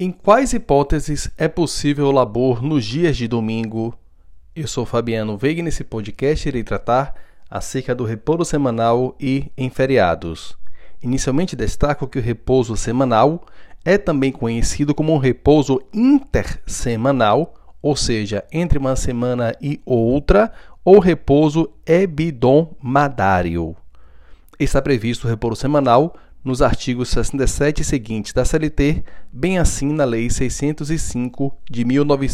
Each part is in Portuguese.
Em quais hipóteses é possível o labor nos dias de domingo? Eu sou Fabiano Veiga e nesse podcast irei tratar acerca do repouso semanal e em feriados. Inicialmente destaco que o repouso semanal é também conhecido como um repouso intersemanal, ou seja, entre uma semana e outra, ou repouso hebdomadário. Está previsto o repouso semanal nos artigos 67 e seguintes da CLT, bem assim na Lei 605 de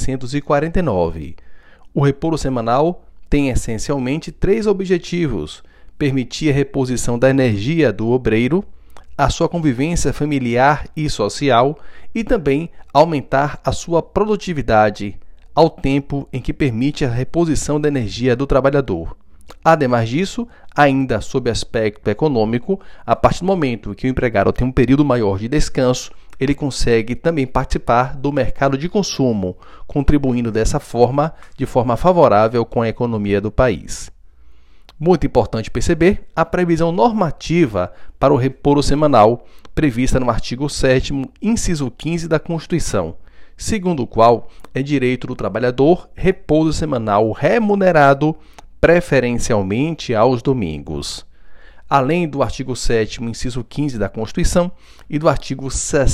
1949. O repouso semanal tem essencialmente três objetivos: permitir a reposição da energia do obreiro, a sua convivência familiar e social e também aumentar a sua produtividade, ao tempo em que permite a reposição da energia do trabalhador. Ademais disso, ainda sob aspecto econômico, a partir do momento que o empregado tem um período maior de descanso, ele consegue também participar do mercado de consumo, contribuindo dessa forma, de forma favorável com a economia do país. Muito importante perceber a previsão normativa para o repouso semanal, prevista no artigo 7º, inciso 15 da Constituição, segundo o qual é direito do trabalhador repouso semanal remunerado, preferencialmente aos domingos. Além do artigo 7º, inciso 15 da Constituição e do artigo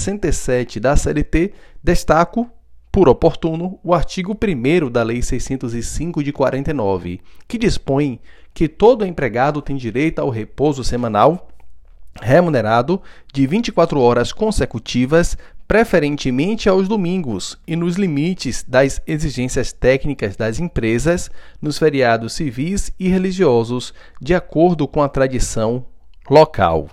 67 da CLT, destaco, por oportuno, o artigo 1º da Lei 605 de 49, que dispõe que todo empregado tem direito ao repouso semanal remunerado de 24 horas consecutivas, preferentemente aos domingos e nos limites das exigências técnicas das empresas, nos feriados civis e religiosos, de acordo com a tradição local.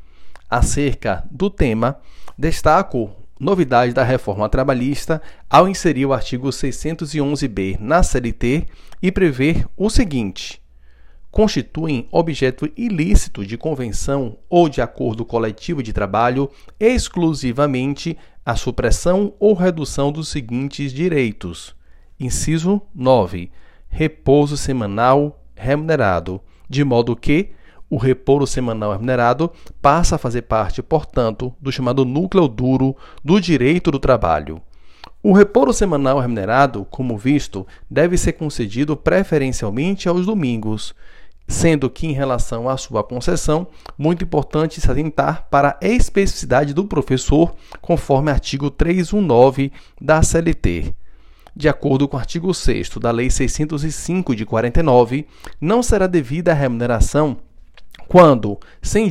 Acerca do tema, destaco novidade da reforma trabalhista ao inserir o artigo 611b na CLT e prever o seguinte: constituem objeto ilícito de convenção ou de acordo coletivo de trabalho exclusivamente a supressão ou redução dos seguintes direitos. Inciso 9. Repouso semanal remunerado, de modo que o repouso semanal remunerado passa a fazer parte, portanto, do chamado núcleo duro do direito do trabalho. O repouso semanal remunerado, como visto, deve ser concedido preferencialmente aos domingos, sendo que, em relação à sua concessão, muito importante se atentar para a especificidade do professor, conforme artigo 319 da CLT. De acordo com o artigo 6º da Lei 605 de 49, não será devida a remuneração quando, sem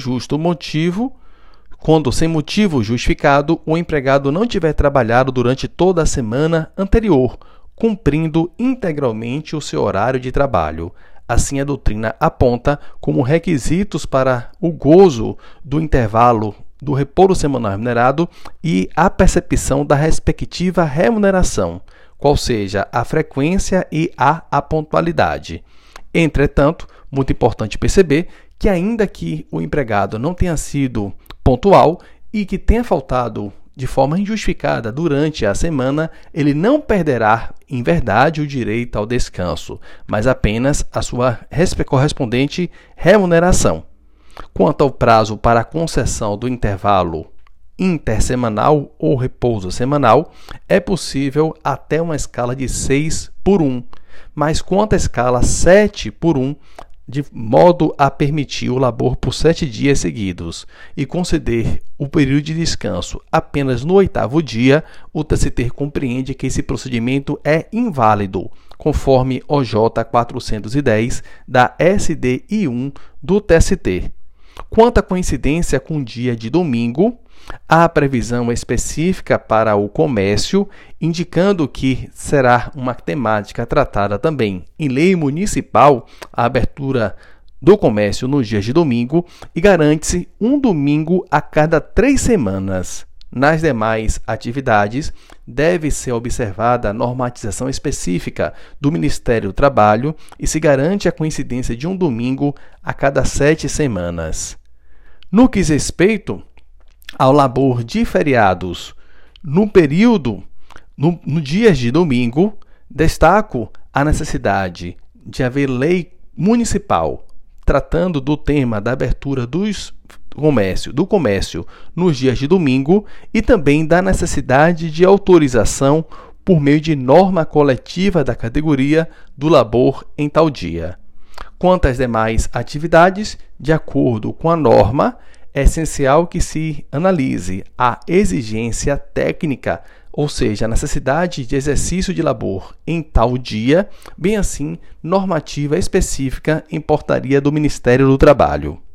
motivo justificado, o empregado não tiver trabalhado durante toda a semana anterior, cumprindo integralmente o seu horário de trabalho. Assim, a doutrina aponta como requisitos para o gozo do intervalo do repouso semanal remunerado e a percepção da respectiva remuneração, qual seja a frequência e a pontualidade. Entretanto, muito importante perceber que ainda que o empregado não tenha sido pontual e que tenha faltado de forma injustificada durante a semana, ele não perderá, em verdade, o direito ao descanso, mas apenas a sua correspondente remuneração. Quanto ao prazo para a concessão do intervalo intersemanal ou repouso semanal, é possível até uma escala de 6:1, mas quanto à escala 7:1, de modo a permitir o labor por 7 dias seguidos e conceder o período de descanso apenas no 8º dia, o TCT compreende que esse procedimento é inválido, conforme OJ 410 da SDI1 do TST. Quanto à coincidência com o dia de domingo, há previsão específica para o comércio, indicando que será uma temática tratada também em lei municipal a abertura do comércio nos dias de domingo e garante-se um domingo a cada 3 semanas. Nas demais atividades, deve ser observada a normatização específica do Ministério do Trabalho e se garante a coincidência de um domingo a cada 7 semanas. No que diz respeito ao labor de feriados no dias de domingo, destaco a necessidade de haver lei municipal tratando do tema da abertura dos do comércio nos dias de domingo e também da necessidade de autorização por meio de norma coletiva da categoria do labor em tal dia. Quanto às demais atividades, de acordo com a norma, é essencial que se analise a exigência técnica, ou seja, a necessidade de exercício de labor em tal dia, bem assim, normativa específica em portaria do Ministério do Trabalho.